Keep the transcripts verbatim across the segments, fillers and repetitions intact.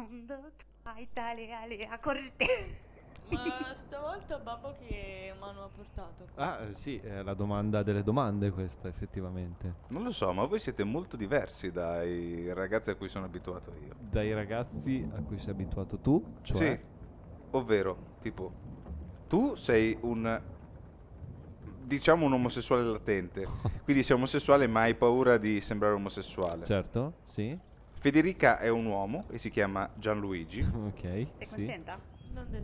mondo, tu hai tale alea corte. Ma stavolta babbo che Manu ha portato qua? Ah, eh, sì, è la domanda delle domande questa, effettivamente. Non lo so, ma voi siete molto diversi dai ragazzi a cui sono abituato io. Dai ragazzi a cui sei abituato tu, cioè... Sì, ovvero, tipo, tu sei un, diciamo, un omosessuale latente. Quindi sei omosessuale ma hai paura di sembrare omosessuale. Certo, sì. Federica è un uomo e si chiama Gianluigi. Ok, Sei sì. contenta? Non del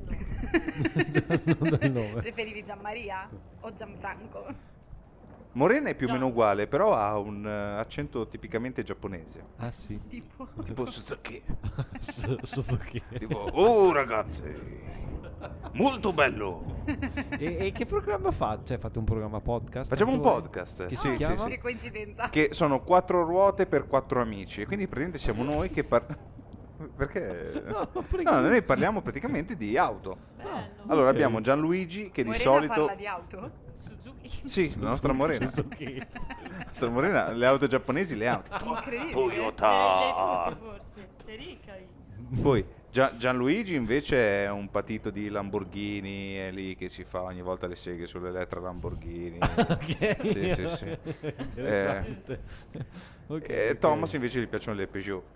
nome. Non dal nome. Preferivi Gianmaria o Gianfranco? Morena è più o Gian. meno uguale, però ha un eh, accento tipicamente giapponese. Ah, sì. Tipo. Tipo Suzuki. Su- Suzuki. Tipo, oh ragazzi, molto bello. E, e che programma fa? Cioè, fate un programma podcast? Facciamo un anche voi? podcast. Che Sì, si chiama? sì, Che coincidenza. Che sono quattro ruote per quattro amici. E quindi praticamente siamo noi che par- Perché? No, perché? No, noi parliamo praticamente di auto. Bello. Allora Ok. abbiamo Gianluigi che di Morena solito... parla di auto? Suzuki. Sì, la nostra Morena. Suzuki. La nostra Morena, le auto giapponesi le ha. Incredibile. Le, le tutte forse. Sei ricca io. Poi Gia- Gianluigi invece è un patito di Lamborghini, è lì che si fa ogni volta le seghe sull'Elettra Lamborghini. Ok. Sì, sì, sì. Interessante. Ok, E ok. Thomas invece gli piacciono le Peugeot.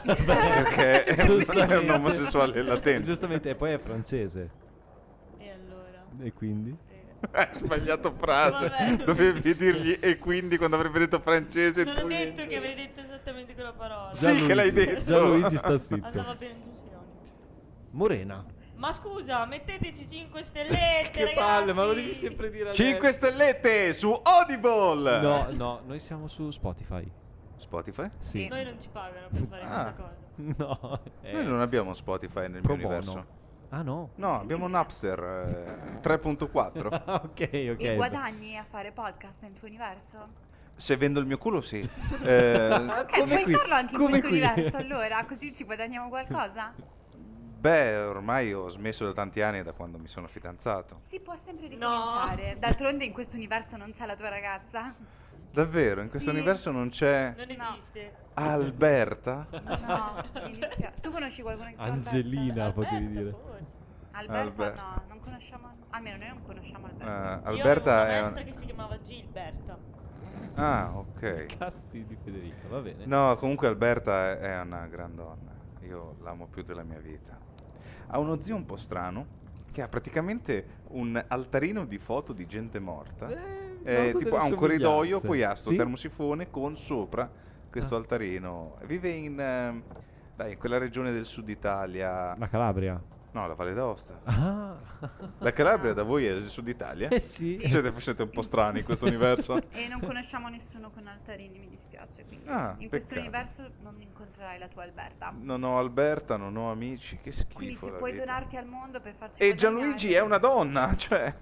Perché è un, è un omosessuale latente. Giustamente, e poi è francese. E allora? E quindi? Eh, Hai sbagliato frase. Vabbè. Dovevi dirgli e quindi quando avrebbe detto francese Non tu ho gli- detto che avrei detto esattamente quella parola. Sì, che l'hai detto. Gianluigi sta zitto. Andava bene anche un sinonimo. Morena. Ma scusa, metteteci cinque stellette, Che ragazzi. palle, ma lo devi sempre dire adesso. cinque stellette su Audible. No, no, noi siamo su Spotify. Spotify? Sì. Noi non ci pagano per fare Ah. questa cosa. No. eh, Noi non abbiamo Spotify nel pro mio bono. universo. Ah, no? No, abbiamo Napster eh, tre punto quattro. Ah, ok, ok. E guadagni a fare podcast nel tuo universo? Se vendo il mio culo, sì. Eh, Ok, come puoi qui, farlo anche in come questo qui. universo allora, così ci guadagniamo qualcosa? beh, ormai ho smesso da tanti anni da quando mi sono fidanzato. Si può sempre ricominciare. D'altronde in questo universo non c'è la tua ragazza? Davvero, in questo Sì. universo non c'è Non No. esiste. Alberta? No, mi dispiace. Tu conosci qualcuno che si chiama Angelina, potevi Alberta, dire. forse. Alberta? Alberta? Alberta. No, non conosciamo. Almeno noi non conosciamo Eh, Alberta. Io Alberta avevo è una un... maestra che si chiamava Gilberta. Ah, ok. Cassi di Federica, va bene. No, comunque Alberta è- è una gran donna. Io l'amo più della mia vita. Ha uno zio un po' strano che ha praticamente un altarino di foto di gente morta. Eh, Eh, noto tipo delle ha un corridoio, somiglianze. poi ha sto Sì? termosifone con sopra questo Ah. altarino. Vive in, ehm, dai, in quella regione del sud Italia. La Calabria. No, la Valle d'Aosta. Ah. La Calabria da voi è il sud Italia? Eh sì. Sì. Siete, siete un po' strani in questo universo. E non conosciamo nessuno con altarini, mi dispiace. Quindi Ah, in questo peccato. universo non incontrerai la tua Alberta. Non ho Alberta, non ho amici, che schifo. Quindi se la puoi vita. donarti al mondo per farci E guadagnare- Gianluigi è una donna, cioè.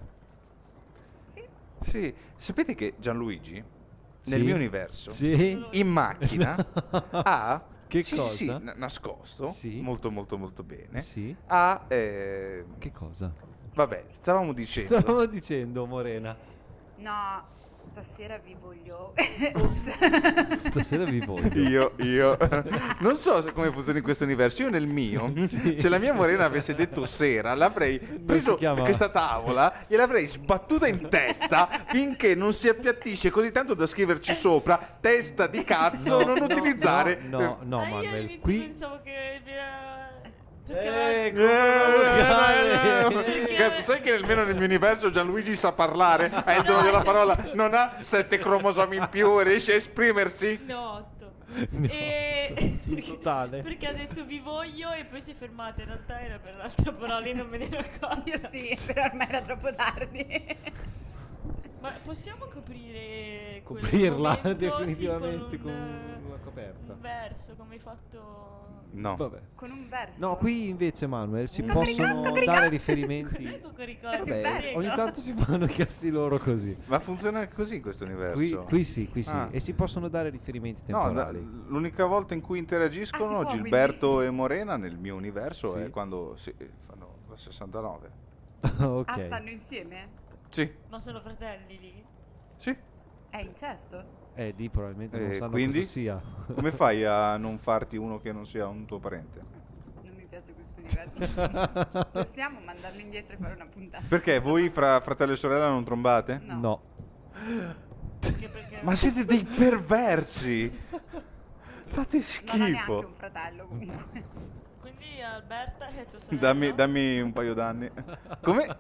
Sì. Sì, sapete che Gianluigi Sì. nel mio universo Sì. in macchina ha Che sì, cosa? sì, sì, n- nascosto, Sì. molto molto molto bene. Sì. Ha eh, Che cosa? vabbè, stavamo dicendo Stavamo dicendo, Morena. No, stasera vi voglio. Ops. Stasera vi voglio. io, io non so se- come funziona in questo universo. Io nel mio, Sì. se la mia Morena avesse detto sera, l'avrei preso si chiama- questa tavola e l'avrei sbattuta in testa finché non si appiattisce così tanto da scriverci sopra testa di cazzo, No, non no, utilizzare. No, no, no, Ah, io Manuel. all'inizio Qui. pensavo che era... Perché Eh, aveva- come- Eh, Cazzo, sai che nemmeno nel mio universo Gianluigi sa parlare? Ha il dono della parola, non ha sette cromosomi in più e riesce a esprimersi? No, otto. No. E... Totale. Perché ha detto vi voglio e poi si è fermata. In realtà era per l'altra parola e non me ne ero accorta. Io sì, però ormai era troppo tardi. Ma possiamo coprire quel Coprirla momento, definitivamente sì, con un, una coperta. un verso come hai fatto. No. Vabbè. Con un verso. No, qui invece, Manuel, si Cocorica, possono cocorica. dare riferimenti. Ecco che ricordo. Vabbè, ogni tanto si fanno i cazzi loro così. Ma funziona così in questo universo? Qui, qui sì, qui sì. Ah. E si possono dare riferimenti No, da- temporali. l'unica volta in cui interagiscono Ah, si può, Gilberto e Morena nel mio universo Sì. è quando sì, fanno la sessantanove. ok. Ah, stanno insieme? Sì, Ma sono fratelli lì? sì. È incesto? Eh, lì probabilmente non Eh, sanno quindi? cosa sia. Come fai a non farti uno che non sia un tuo parente? Non mi piace questo universo. Possiamo mandarlo indietro e fare una puntata. Perché voi fra fratello e sorella non trombate? No. No. Perché, perché Ma siete dei perversi! Fate Non ho neanche schifo. un fratello comunque. Quindi Alberta e tua sorella? Dammi, dammi un paio d'anni. Come?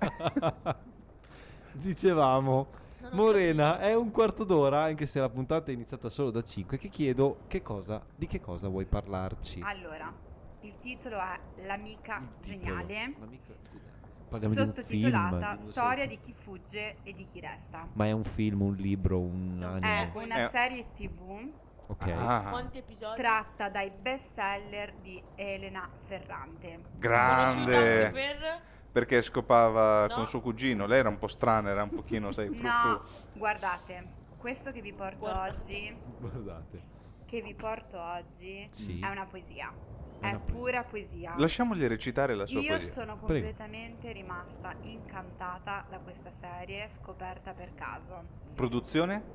Dicevamo, Non ho Morena, è un quarto d'ora, anche se la puntata è iniziata solo da cinque, che chiedo che cosa, di che cosa vuoi parlarci. Allora, il titolo è L'amica Il titolo. geniale, L'amica geniale. Parliamo di un sottotitolata film, Storia di chi fugge e di chi resta. ma è un film, un libro, un No, È anime? una Eh. serie tivù Ok. Ah, Quanti episodi? tratta dai bestseller di Elena Ferrante. Conosciuta anche grande. per... Perché scopava No. con suo cugino. Lei era un po' strana, era un pochino, sai, fruttu. No, guardate, questo che vi porto Guarda. oggi, Guardate. che vi porto oggi Sì. è una poesia. È È una poesia. pura poesia. Lasciamogli recitare la sua Io poesia. sono completamente rimasta incantata da questa serie scoperta per caso. Produzione?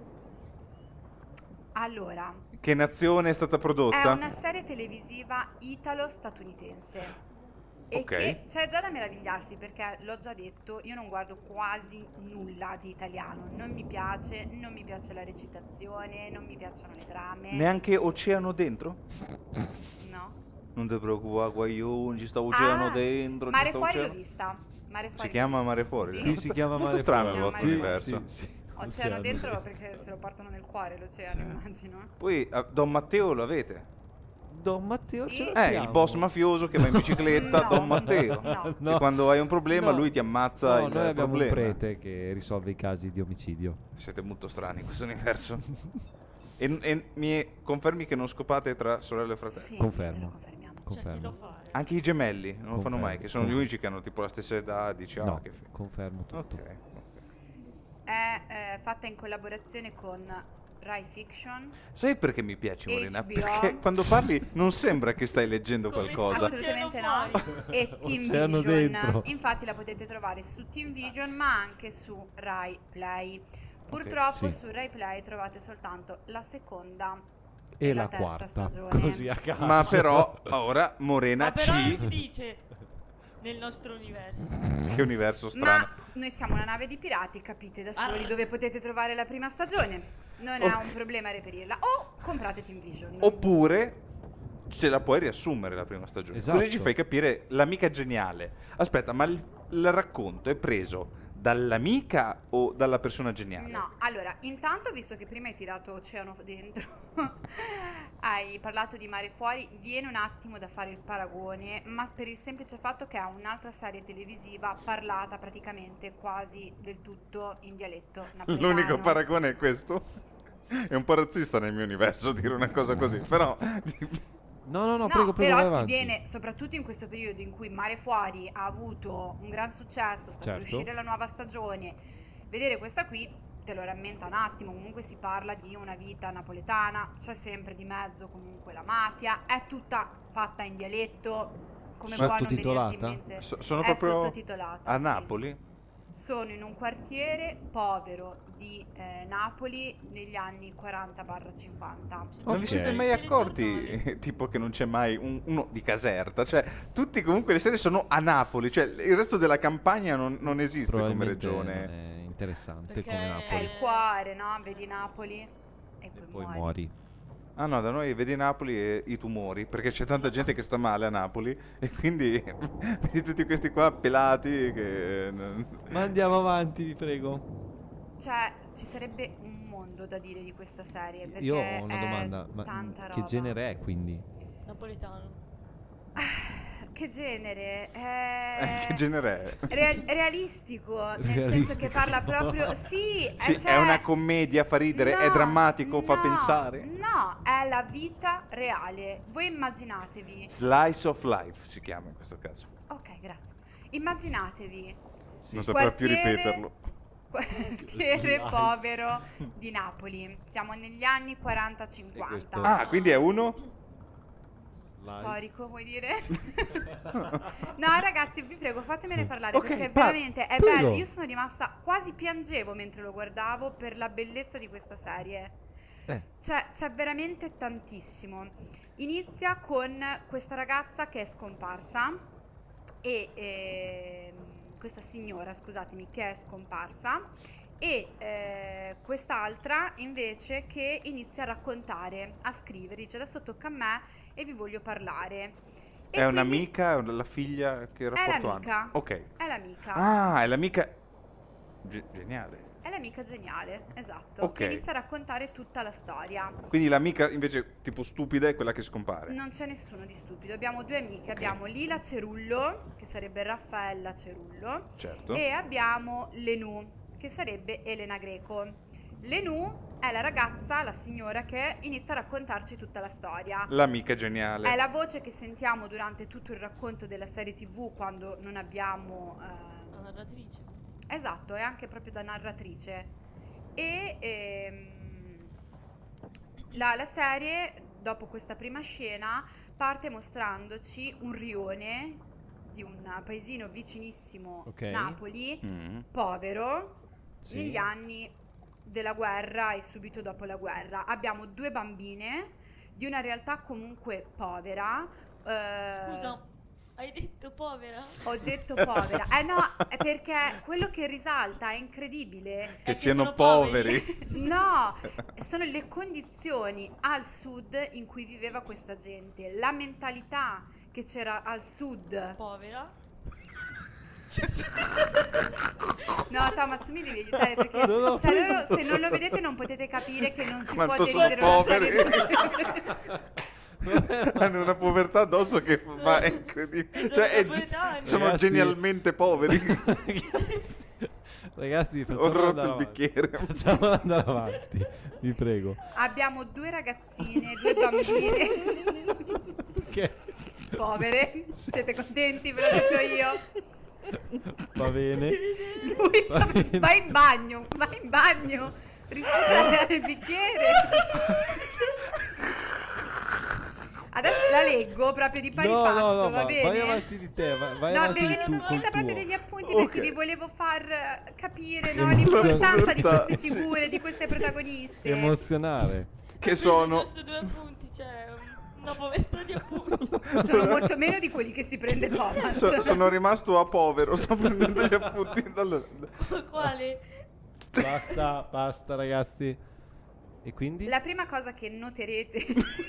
Allora, Che nazione è stata è prodotta? una serie televisiva italo-statunitense. E Ok. che c'è già da meravigliarsi perché l'ho già detto, io non guardo quasi nulla di italiano, non mi piace, non mi piace la recitazione, non mi piacciono le trame. Neanche oceano dentro? No. Non ti preoccupare, guaglione, ci sta oceano Ah, dentro. ci Mare sta fuori oceano- l'ho vista. Mare fuori Si l'ho chiama vista. Mare Fuori? Sì. Qui si chiama Molto Mare strano Fuori. il vostro Mare universo. Sì, sì. Oceano dentro perché se lo portano nel cuore l'oceano, immagino. Poi eh, Don Matteo lo avete? Don Matteo Sì. ce Eh, il l'abbiamo. boss mafioso che va in bicicletta, No, Don Matteo. no. No. E quando hai un problema No. lui ti ammazza No, il noi abbiamo problema. un prete che risolve i casi di omicidio. Siete molto strani in questo universo. e, e mi confermi che non scopate tra sorelle e fratelli? Sì, sì, Confermo. te lo confermiamo. Cioè, chi Confermo. lo fa? eh? Anche i gemelli non lo fanno Confermo, mai, che sono gli confermo. unici che hanno tipo la stessa età, dici ah, no, che figo. confermo tutto. Ok. È eh, fatta in collaborazione con Rai Fiction. Sai perché mi piaci, Morena? H B O. Perché quando parli non sembra che stai leggendo Come qualcosa. Assolutamente Oceano no. fuori. E Team Oceano Vision. dentro. Infatti la potete trovare su Team Vision ma anche su Rai Play. Purtroppo sì. su Rai Play trovate soltanto la seconda E la la, terza quarta, stagione. così a caso. Ma però ora Morena Ma però non si ci... dice nel nostro universo. Che universo strano. Ma noi siamo una nave di pirati, capite da soli Ah. dove potete trovare la prima stagione. Non è Ok. un problema reperirla. O comprate Team Vision. Oppure ce la puoi riassumere la prima stagione. Esatto. Così ci fai capire l'amica geniale. Aspetta, ma il, il racconto è preso dall'amica o dalla persona geniale? No, allora, intanto visto che prima hai tirato oceano dentro, hai parlato di Mare Fuori, viene un attimo da fare il paragone, ma per il semplice fatto che è un'altra serie televisiva parlata praticamente quasi del tutto in dialetto napoletano. L'unico paragone è questo? È un po' razzista nel mio universo dire una cosa così, però... No, no, no, No, prego, prego, vai però ti avanti. viene, soprattutto in questo periodo in cui Mare Fuori ha avuto un gran successo, sta per Certo. uscire la nuova stagione, vedere questa qui te lo rammenta un attimo, comunque si parla di una vita napoletana, c'è sempre di mezzo comunque la mafia, è tutta fatta in dialetto, come può non venirti in Sottotitolata? mente. So- sono È proprio sottotitolata, a sì. Napoli? Sono in un quartiere povero di eh, Napoli negli anni quaranta cinquanta. Non vi Ok. siete mai Telegiornali. accorti, tipo, che non c'è mai un- uno di Caserta? Cioè, tutti comunque le serie sono a Napoli, cioè il resto della campagna non, non esiste come Probabilmente regione. è interessante Perché- come È Napoli. il cuore, no? Vedi Napoli e E poi, poi muori. muori. Ah no, da noi vedi Napoli e i tumori, perché c'è tanta gente che sta male a Napoli e quindi vedi tutti questi qua pelati che... Ma andiamo avanti, vi prego. Cioè, ci sarebbe un mondo da dire di questa serie. Perché Io ho una è domanda, ma tanta che roba. genere è quindi? Napoletano. Che genere? È... che genere è? Real- realistico, nel senso che Realistico. parla proprio... Sì, Sì, eh, cioè- è una commedia, fa ridere, è No, drammatico, fa no, pensare. No, è la vita reale. Voi immaginatevi... Slice of life si chiama in questo caso. Ok, grazie. Immaginatevi... Non saprà più quartiere- ripeterlo. Quartiere Slice. povero di Napoli. Siamo negli anni quaranta E questo- cinquanta. Ah, quindi è uno? Storico, vuoi dire? No, ragazzi, vi prego, fatemene parlare Ok, perché pa- veramente è prego. bello. Io sono rimasta quasi piangevo mentre lo guardavo per la bellezza di questa serie. Eh. C'è, c'è veramente tantissimo. Inizia con questa ragazza che è scomparsa e ehm, questa signora, scusatemi, che è scomparsa e eh, quest'altra invece che inizia a raccontare, a scrivere, dice adesso tocca a me e vi voglio parlare. E È quindi- un'amica? È la figlia? Che rapporto l'amica. hanno? Ok. È l'amica. Ah, è l'amica... Ge- geniale. È l'amica geniale, esatto. Ok. Che inizia a raccontare tutta la storia. Quindi l'amica invece tipo stupida è quella che scompare. Non c'è nessuno di stupido. Abbiamo due amiche. Abbiamo Lila Cerullo, che sarebbe Raffaella Cerullo, Certo. e abbiamo Lenù, che sarebbe Elena Greco. Lenù è la ragazza, la signora che inizia a raccontarci tutta la storia. L'amica geniale. È la voce che sentiamo durante tutto il racconto della serie tivù quando non abbiamo... eh, La narratrice. Esatto, è anche proprio da narratrice. E ehm, la, la serie, dopo questa prima scena, parte mostrandoci un rione di un paesino vicinissimo, Ok. Napoli, Mm. povero, Sì. negli anni della guerra e subito dopo la guerra. Abbiamo due bambine di una realtà comunque povera. eh, Scusa, hai detto povera? Ho detto povera. Eh no, è perché quello che risalta è incredibile. Che che siano sono poveri. No, sono le condizioni al sud in cui viveva questa gente, la mentalità che c'era al sud. Povera? No, Thomas, tu mi devi aiutare perché No, no, cioè, prego. loro, se non lo vedete non potete capire che non si Quanto può sono deridere una poveri. serie Hanno una povertà addosso che fa è incredibile. Sono Cioè, è- napoletani. sono Ragazzi- genialmente poveri. Ragazzi, Ho facciamo rotto andare il avanti. bicchiere. Facciamo andare avanti, vi prego. Abbiamo due ragazzine, due bambine Che povere. Siete contenti? Ve l'ho detto io. va bene. Lui Va sta- bene. vai in bagno, vai in bagno. Rispettare il bicchiere. Adesso la leggo proprio di pari No, passo, no, no, va va- bene? vai avanti di te, vai, vai No, avanti perché di mi tu sono col scritta proprio tuo. degli appunti Ok. perché vi volevo far eh, capire no, Emozione- l'importanza di queste Sì. figure, di queste protagoniste. Emozionare. Che sono... Giusto due appunti, cioè una povertà di appunti. Sono molto meno di quelli che si prende Thomas. So- sono rimasto a povero, sto prendendo gli appunti dal... Quale? Basta, basta ragazzi. E quindi? La prima cosa che noterete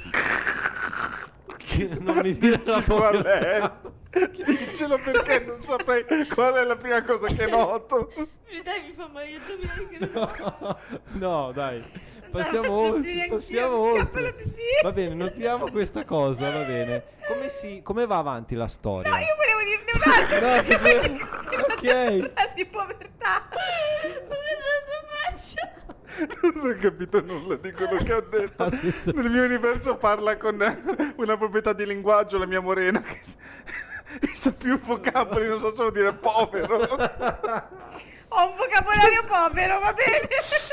Che non mi dire la Dici qual è? povertà. Dicelo perché non saprei qual è la prima cosa che noto. Dai, mi fa male gli addominali che non No, dai. Passiamo faccio oltre. più neanch'io, Passiamo mi scappa la oltre. pipì. Va bene, notiamo questa cosa, va bene. Come, si, come va avanti la storia? No, io volevo dirne un'altra. No, perché che- poi ok. parla di povertà. Non ho capito nulla di quello che ha detto. Ha detto- Nel mio universo parla con una proprietà di linguaggio, la mia morena, che s- sa più vocaboli, non so solo dire povero. Ho un vocabolario povero, va bene.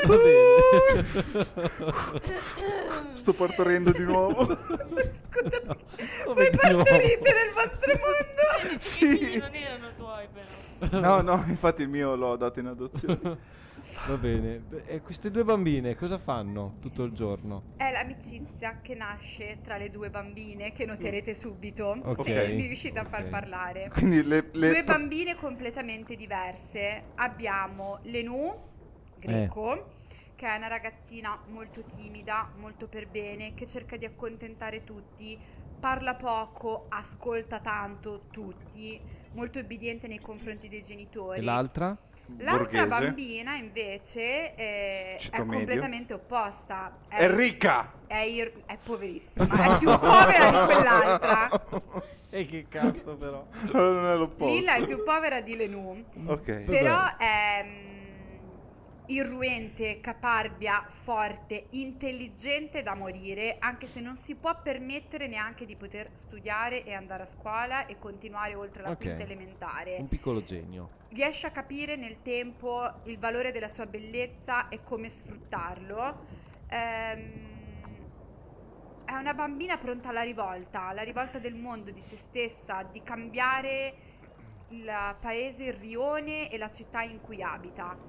Va bene. Sto partorendo di nuovo. Scusa, Come voi di nuovo? partorite nel vostro mondo. I Sì. figli non erano tuoi però. No, no, infatti il mio l'ho dato in adozione. Va bene. Beh, E queste due bambine cosa fanno tutto il giorno? È l'amicizia che nasce tra le due bambine che noterete subito Ok. se mi riuscite a far Ok. parlare. Quindi le... le- Due bambine completamente diverse. Abbiamo Lenù, Greco, che è una ragazzina molto timida, molto per bene, che cerca di accontentare tutti, parla poco, ascolta tanto tutti, molto obbediente nei confronti dei genitori. E l'altra? L'altra Borghese. bambina invece è, è Ceto medio. completamente opposta. È ricca! È, ir- è poverissima, è più povera di quell'altra. E che cazzo però. Non è l'opposto. Lilla è più povera di Lenù. Ok. Però è mm, irruente, caparbia, forte, intelligente da morire, anche se non si può permettere neanche di poter studiare e andare a scuola e continuare oltre la Ok. quinta elementare. Un piccolo genio. Riesce a capire nel tempo il valore della sua bellezza e come sfruttarlo. Ehm, è una bambina pronta alla rivolta, alla rivolta del mondo, di se stessa, di cambiare il paese, il rione e la città in cui abita.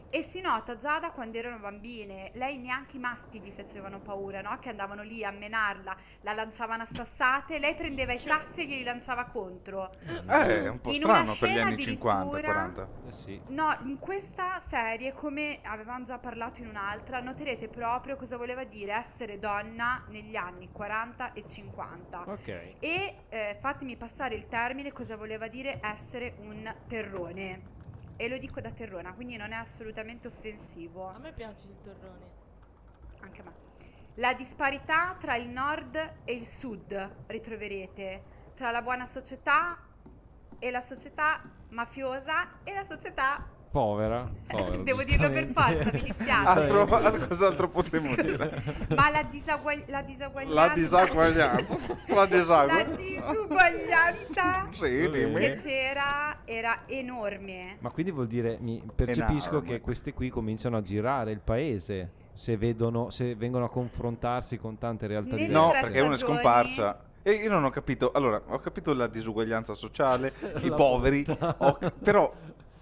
E si nota già da quando erano bambine, lei neanche i maschi gli facevano paura, no? Che andavano lì a menarla, la lanciavano a sassate, lei prendeva i sassi e glieli lanciava contro. Eh, è un po' In una strano per gli scena anni cinquanta, addirittura- quaranta. Eh sì. No, in questa serie, come avevamo già parlato in un'altra, noterete proprio cosa voleva dire essere donna negli anni quaranta e cinquanta. Ok. E eh, fatemi passare il termine, cosa voleva dire essere un terrone. E lo dico da terrona, quindi non è assolutamente offensivo. A me piace il torrone. Anche a me. La disparità tra il nord e il sud ritroverete, tra la buona società e la società mafiosa e la società... Povera. povera, Devo dirlo per giustamente. forza, mi dispiace. Altro, cos'altro potremmo dire? Ma la, disagua- la disaguaglianza... La disaguaglianza. La La disaguaglianza. disuguaglianza Sì, dimmi. che c'era era enorme. Ma quindi vuol dire, mi percepisco Enorme. che queste qui cominciano a girare il paese, se vedono, se vengono a confrontarsi con tante realtà Nelle diverse. No, tre perché una è stagioni- scomparsa. E io non ho capito. Allora, ho capito la disuguaglianza sociale, i La poveri. puttana. ho ca- però,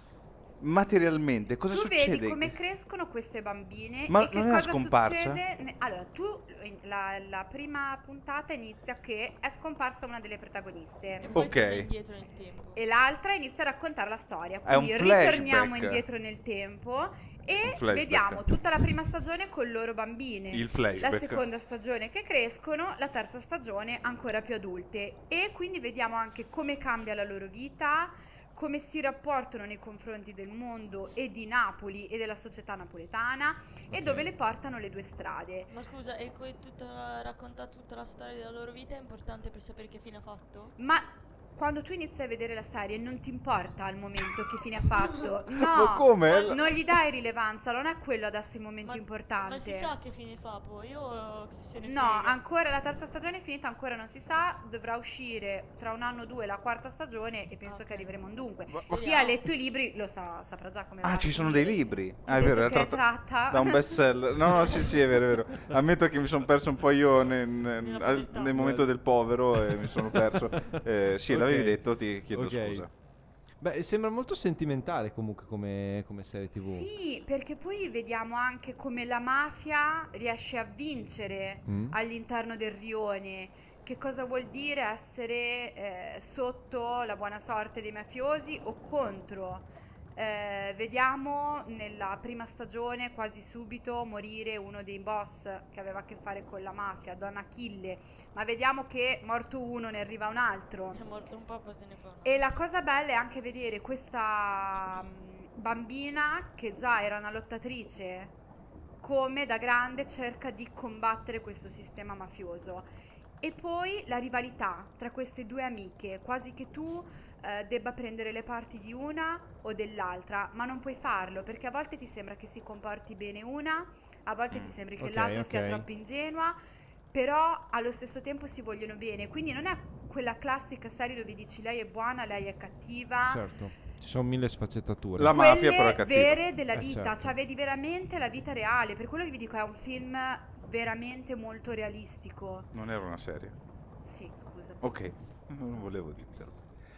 materialmente, cosa Tu succede? vedi come crescono queste bambine Ma e che non era cosa scomparsa? succede. ne- Allora, tu la, la prima puntata inizia che è scomparsa una delle E protagoniste poi Ok. torna indietro nel tempo. e l'altra inizia a raccontare la storia. È un Quindi ritorniamo flashback. indietro nel tempo e Un flashback. vediamo tutta la prima stagione con loro bambine. Il flashback. La seconda stagione che crescono, la terza stagione ancora più adulte e quindi vediamo anche come cambia la loro vita, come si rapportano nei confronti del mondo e di Napoli e della società napoletana e Ok. dove le portano le due strade. Ma scusa, e poi tutta, raccontare tutta la storia della loro vita è importante per sapere che fine ha fatto? Ma quando tu inizi a vedere la serie non ti importa al momento che fine ha fatto. No, Ma come? non gli dai rilevanza, non è quello adesso il momento Ma- importante. Ma si sa che fine fa poi, io che se ne No, frega. ancora la terza stagione è finita, ancora non si sa, dovrà uscire tra un anno o due la quarta stagione e penso Ok. che arriveremo a un dunque. Ma- ma- Chi ha letto i libri lo sa, saprà già come va. Ah, ci sono dei libri. Ah, è Ho vero, detto è che è tratto tratta. da un bestseller. No, no, sì, sì, è vero, è vero. Ammetto che mi sono perso un po' io nel, nel- Nella al- povertà. nel momento del povero e mi sono perso. Eh, sì, Ok. l'avevi detto, ti chiedo Ok. scusa. Beh, sembra molto sentimentale comunque come, come serie tivù. Sì, perché poi vediamo anche come la mafia riesce a vincere Mm. all'interno del rione. Che cosa vuol dire essere eh, sotto la buona sorte dei mafiosi o contro? Eh, vediamo nella prima stagione quasi subito morire uno dei boss che aveva a che fare con la mafia, Don Achille, ma vediamo che morto uno ne arriva un altro. È morto un po', poi se ne fa. E la cosa bella è anche vedere questa mm, bambina che già era una lottatrice, come da grande cerca di combattere questo sistema mafioso. E poi la rivalità tra queste due amiche, quasi che tu eh, debba prendere le parti di una o dell'altra, ma non puoi farlo perché a volte ti sembra che si comporti bene una, a volte ti sembra che Ok, l'altra sia ok. troppo ingenua, però allo stesso tempo si vogliono bene. Quindi non è quella classica serie dove dici lei è buona, lei è cattiva. Certo, ci sono mille sfaccettature. La Quelle mafia però è cattiva. vere della Eh, vita, certo. cioè vedi veramente la vita reale. Per quello che vi dico è un film veramente molto realistico. Non era una serie. Sì, scusa. Ok, non volevo dirtelo.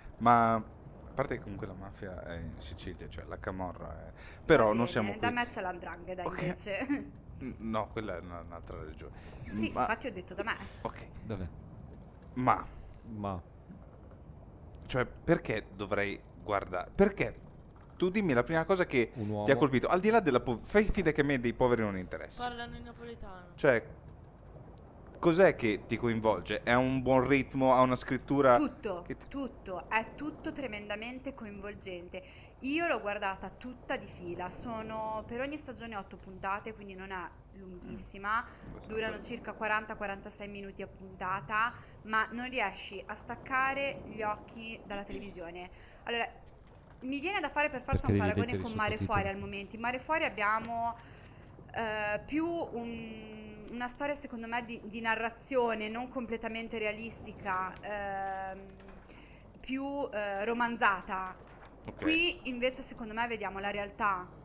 Ma a parte che comunque la mafia è in Sicilia, cioè la camorra è... Però Va non bene, siamo qui. Da me c'è l'andrangheta Ok. invece. N- No, quella è una- un'altra regione. Sì, Ma- infatti ho detto da me. Ok, Dov'è? ma Ma cioè perché dovrei guardare? Perché? Tu dimmi la prima cosa che un uomo ti ha colpito, al di là della po- fai finta che a me dei poveri non interessa. Parlano in napoletano. Cioè, cos'è che ti coinvolge? È un buon ritmo, ha una scrittura Tutto, che ti- tutto, è tutto tremendamente coinvolgente. Io l'ho guardata tutta di fila, sono per ogni stagione otto puntate, quindi non è lunghissima, abbastanza- durano circa quaranta quarantasei minuti a puntata, ma non riesci a staccare gli occhi dalla televisione. Allora, mi viene da fare per forza Perché un devi paragone leggere i con Mare sottotitoli? Fuori al momento. In Mare Fuori abbiamo eh, più un- una storia secondo me di, di narrazione non completamente realistica, ehm, più eh, romanzata. Ok. Qui invece secondo me vediamo la realtà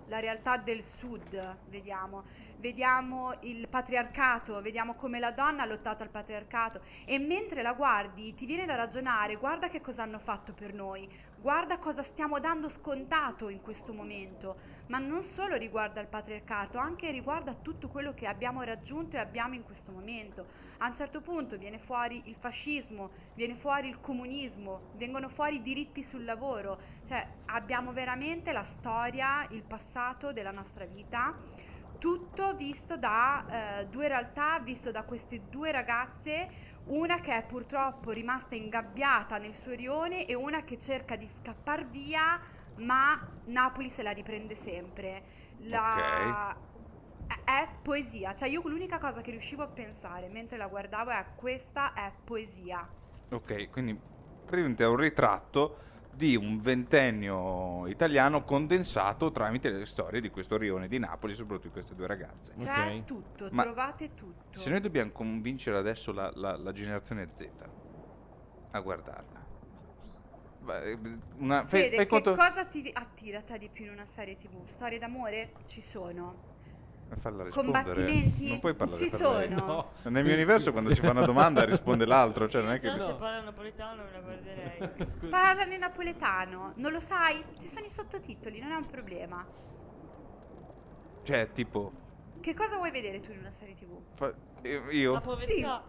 la realtà del sud, vediamo, vediamo il patriarcato, vediamo come la donna ha lottato al patriarcato, e mentre la guardi ti viene da ragionare, guarda che cosa hanno fatto per noi, guarda cosa stiamo dando scontato in questo momento, ma non solo riguarda il patriarcato, anche riguarda tutto quello che abbiamo raggiunto e abbiamo in questo momento. A un certo punto viene fuori il fascismo, viene fuori il comunismo, vengono fuori i diritti sul lavoro, cioè abbiamo veramente la storia, il passato della nostra vita, tutto visto da eh, due realtà, visto da queste due ragazze, una che è purtroppo rimasta ingabbiata nel suo rione e una che cerca di scappar via, ma Napoli se la riprende sempre. La... è, è poesia, cioè io l'unica cosa che riuscivo a pensare mentre la guardavo è: questa è poesia. Ok, quindi praticamente è un ritratto di un ventennio italiano condensato tramite le storie di questo rione di Napoli, soprattutto di queste due ragazze. C'è Ok. tutto, Ma trovate tutto. Se noi dobbiamo convincere adesso la, la- la generazione Z a guardarla, beh, una, fai, Fede, fai che conto, cosa ti attira te di più in una serie tv? Storie d'amore? Ci sono. Farla rispondere. Combattimenti? Non puoi parlare Ci per sono. lei. No. Nel mio universo quando si fa una domanda risponde l'altro, cioè non è che... Già se No. parla napoletano me la guarderei. Parlano in napoletano, non lo sai? Ci sono i sottotitoli, non è un problema. Cioè, tipo... Che cosa vuoi vedere tu in una serie tv? fa- io... La io- povertà.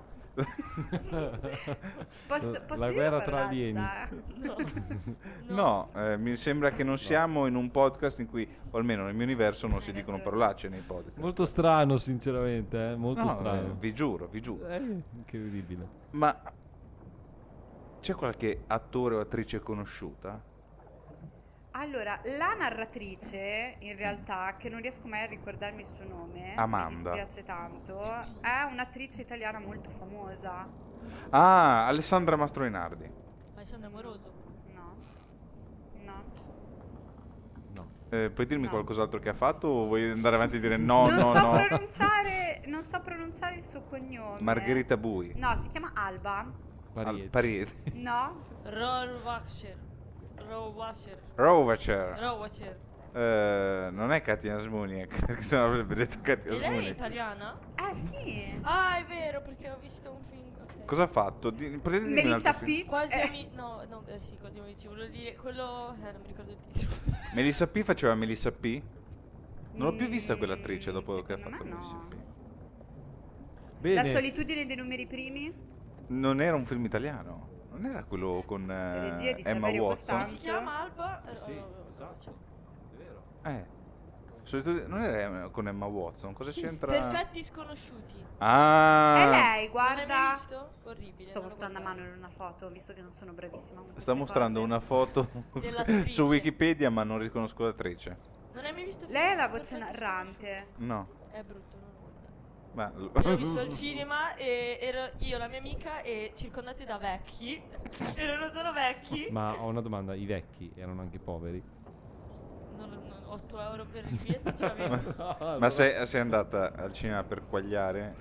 Posso, La posso dire guerra una tra alieni. parolaccia? No. No, eh, mi sembra che non siamo in un podcast in cui, o almeno nel mio universo, non si Hai dicono ragione. parolacce nei podcast. Molto strano, sinceramente, eh? molto No, strano. eh, vi giuro, vi giuro. Eh, incredibile. Ma c'è qualche attore o attrice conosciuta? Allora, la narratrice, in realtà, che non riesco mai a ricordarmi il suo nome, Amanda. mi dispiace tanto, è un'attrice italiana molto famosa. Ah, Alessandra Mastroinardi. Alessandro Amoroso. No? No? No. Eh, puoi dirmi No. qualcos'altro che ha fatto o vuoi andare avanti e dire no, non no, so no? pronunciare, non so pronunciare il suo cognome. Margherita Bui. No, si chiama Alba. Al- Parieti. Parieti. No? Rohrwacher. Rohrwacher. Rovacer. Rohrwacher. Eh, non è Katia Smuniak, perché sennò avrebbe detto Katia E lei è Smuniak. italiana? Eh sì. Ah, è vero, perché ho visto un film. ok. Cosa ha fatto? Di, potete dirmi un Melissa altro film? P. Quasi Eh, amici. No, no, eh, sì, quasi amici. Volevo dire quello. Eh, non mi ricordo il titolo. Melissa P faceva Melissa P? Non l'ho più vista Mm, quell'attrice dopo che ha secondo fatto me Melissa no. P. Bene. La solitudine dei numeri primi? Non era un film italiano? Non era quello con eh, Regia di Emma Saverio Watson? Costanzo. Si chiama Alba. eh, Sì, oh, esatto. È vero. Eh. Solitudine- Non era Emma- con Emma Watson? Cosa sì, c'entra? Perfetti sconosciuti. Ah! E lei, Non l'hai mai guarda. visto? Orribile. Sto non lo mostrando a guardare. mano in una foto, visto che non sono bravissima con Sta queste mostrando cose. una foto Dell'attrice. su Wikipedia, ma non riconosco l'attrice. Non hai mai visto il Lei è film la voce Perfetti narrante. No. sconosciuti? È brutto, non lo guardare. Ma... Io l'ho visto al cinema e ero io, la mia amica e circondati da vecchi. Erano solo vecchi. Ma ho una domanda, i vecchi erano anche poveri? Non, non- otto euro per il biglietto ce l'avevo. Ma sei, sei andata al cinema per quagliare?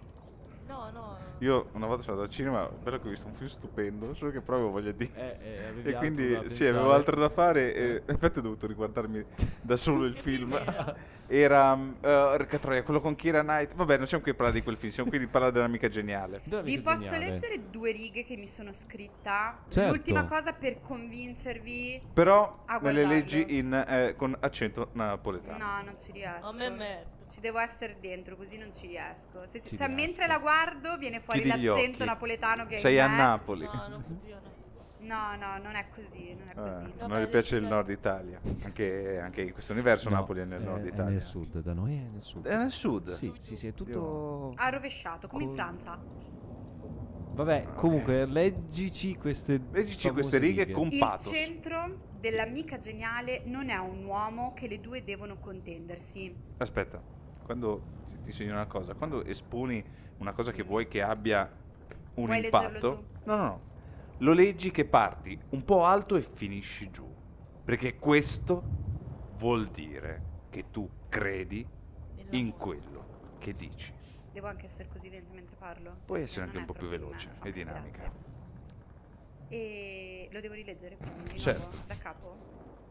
No, no. Io una volta sono andato al cinema, bello che ho visto un film stupendo, solo che proprio voglia di... Eh, eh, avevi E altro quindi da sì, pensare? avevo altro da fare e infatti ho dovuto riguardarmi da solo il Che film. film era? Era uh, Porca troia, quello con Keira Knight. Vabbè, non siamo qui a parlare di quel film, siamo qui a parlare dell'amica geniale. Dove Vi amica posso geniale? leggere due righe che mi sono scritta? Certo. L'ultima cosa per convincervi. Però A me le guardarlo. leggi in, eh, con accento napoletano. No, non ci riesco. A me merda. Ci devo essere dentro, così non ci riesco. Se- Ci cioè, riesco. mentre la guardo, viene fuori Chiudi gli l'accento occhi. napoletano che Sei è a in me. Napoli. No, non funziona. No, no, non è così, non è Eh, così. non Vabbè, mi piace il adesso- nord Italia. Anche, anche in questo universo No, Napoli è nel è- nord È Italia. nel sud, da noi è nel sud. È nel sud? Sì, sì, sì, è tutto... Ha rovesciato, come in Col- Francia. Vabbè, Ok. comunque, leggici queste Leggici famose queste righe con Il pathos. centro dell'amica geniale non è un uomo che le due devono contendersi. Aspetta, quando ti, ti segno una cosa, quando esponi una cosa che vuoi che abbia un Vuoi leggerlo impatto, tu? no, no, no, lo leggi che parti un po' alto e finisci giù, perché questo vuol dire che tu credi in Nell'amore. quello che dici. Devo anche essere così lenta mentre parlo? Puoi essere Non anche è un po' più proprio veloce me. e Ok, dinamica. grazie. E lo devo rileggere quindi di Certo. nuovo, da capo?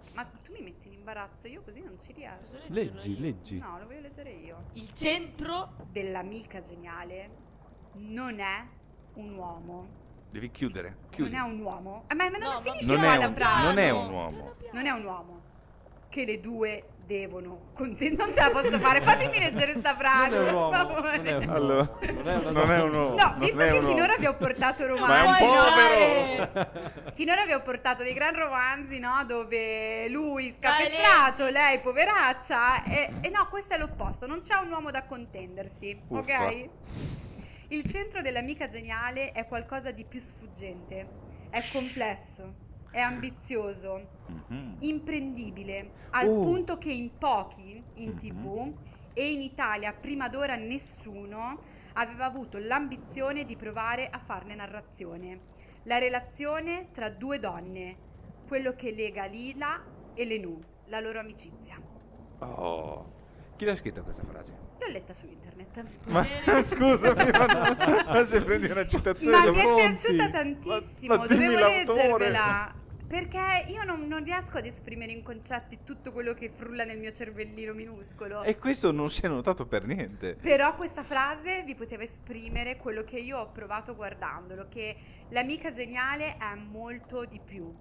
Ma tu mi metti in imbarazzo, io così non ci riesco. Posso leggerlo Leggi, io? leggi. No, lo voglio leggere io. Il centro Dell'amica geniale non è un uomo. Devi chiudere. Chiudi. Non è un uomo. Eh, ma ma non No, finisce non, qua è la un, frase. non è No, un uomo. Non è un uomo. Che le due devono conten- non ce la posso fare. Fatemi leggere sta frase. Non è un per uomo, favore. non è un uomo. Allora, Non è una non è donna. un uomo. No, non visto è che un finora uomo. vi ho portato Ma è un romanzi, povero. finora vi ho portato dei gran romanzi, no? Dove lui Dai, scapestrato, lei poveraccia. E, e no, questo è l'opposto. Non c'è un uomo da contendersi, Uffa. ok? Il centro dell'amica geniale è qualcosa di più sfuggente. È complesso, è ambizioso, Mhm. imprendibile, al Oh. punto che in pochi in Mhm. tivù e in Italia prima d'ora nessuno aveva avuto l'ambizione di provare a farne narrazione. La relazione tra due donne, quello che lega Lila e Lenù, la loro amicizia. Oh. Chi l'ha scritta questa frase? L'ho letta su internet. Ma scusami, ma, no, ma se prendi una citazione Ma da mi è fonti. piaciuta tantissimo, Ma- ma dimmi dovevo l'autore. leggervela. Perché io non, non riesco ad esprimere in concetti tutto quello che frulla nel mio cervellino minuscolo. E questo non si è notato per niente. Però questa frase vi poteva esprimere quello che io ho provato guardandolo, che l'amica geniale è molto di più.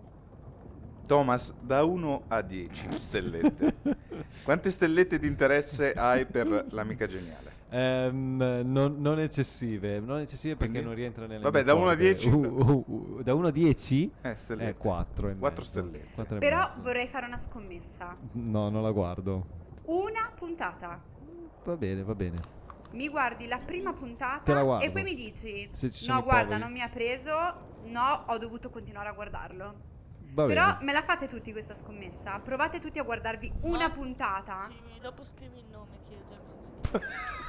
Thomas, da uno a dieci stellette. Quante stellette di interesse hai per l'amica geniale? Ehm, non, non eccessive, non eccessive perché Quindi? non rientra nelle Vabbè, mie da uno a corde. dieci? Uh, uh, uh, da uno a dieci? Eh, stellette. Eh, quattro. Quattro stellette. Però vorrei fare una scommessa. No, non la guardo. Una puntata. Va bene, va bene. Mi guardi la prima puntata Te la guardo. e poi mi dici Se ci sono no i guarda poveri." non mi ha preso, no ho dovuto continuare a guardarlo. Va Però bene. me la fate tutti questa scommessa? Provate tutti a guardarvi una Ma- puntata? Sì, mi- dopo scrivi il nome che già mi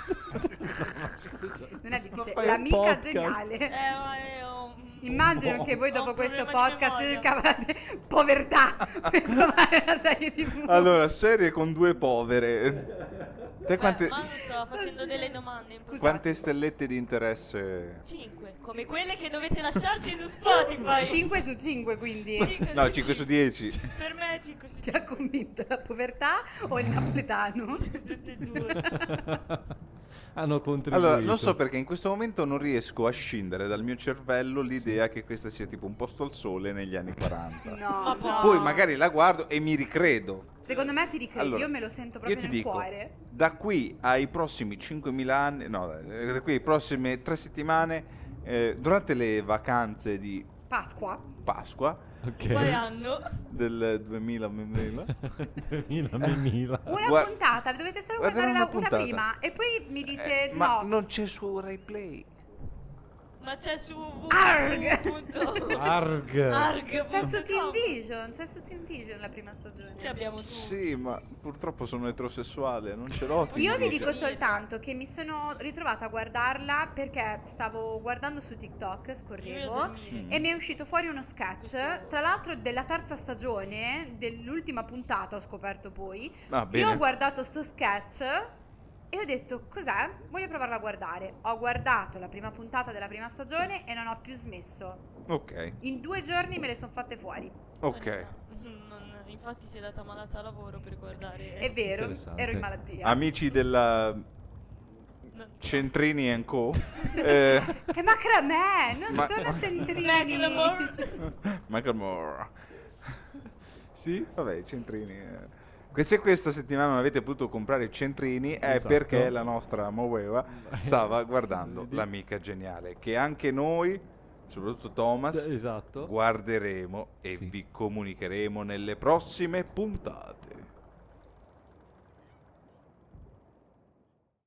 sono Non è difficile, fai un l'amica podcast? geniale. Eh, ma io... Immagino No. che voi Ho dopo un questo problema di podcast memoria. cavate povertà per trovare una serie tivù. Allora, serie con due povere. Te quante, Beh, Manu stava facendo delle domande. Scusa. quante stellette di interesse? cinque, come quelle che dovete lasciarci su Spotify. cinque su cinque quindi. cinque No, su cinque su dieci. Per me cinque su Ti ha convinto la povertà o il napoletano? tutte e due. Hanno contribuito. Allora, non so perché in questo momento non riesco a scindere dal mio cervello l'idea che questa sia tipo un posto al sole negli anni quaranta. No, Ma no. Poi magari la guardo e mi ricredo. Secondo me ti ricredi, Allora, io me lo sento io proprio ti nel dico, cuore. da qui ai prossimi cinquemila anni, no, eh, da qui ai prossime tre settimane, eh, durante le vacanze di Pasqua. Pasqua Quale Ok. anno? del duemila, duemila, duemila, duemila. Una Gua- puntata, dovete solo guardare guardare la, una una puntata. prima e poi mi dite eh, ma no. non c'è su Rai Play. Ma c'è su Arg. Arg. Arg. C'è su Team Vision, c'è su Team Vision la prima stagione. Che abbiamo tu. Sì, ma purtroppo sono eterosessuale, non ce l'ho. Io vi T V. dico soltanto che mi sono ritrovata a guardarla perché stavo guardando su TikTok, scorrevo, Mm. e mi è uscito fuori uno sketch, tra l'altro della terza stagione, dell'ultima puntata ho scoperto poi. Ah, bene. Io ho guardato sto sketch e ho detto cos'è? Voglio provarla a guardare. Ho guardato la prima puntata della prima stagione e non ho più smesso. Ok, In due giorni me le sono fatte fuori. ok. Non- infatti si è data malata a lavoro per guardare. È vero, Interessante. ero in malattia. Amici della Non- Centrini and Co. eh, È macramè, non Ma- sono centrini. Macklemore. Michael Moore. Sì? Vabbè, i centrini. eh. Que- Se questa settimana non avete potuto comprare i centrini è Esatto. perché la nostra Moeva stava guardando Vedi? l'amica geniale, che anche noi, soprattutto Thomas, Esatto. guarderemo e Sì. vi comunicheremo nelle prossime puntate.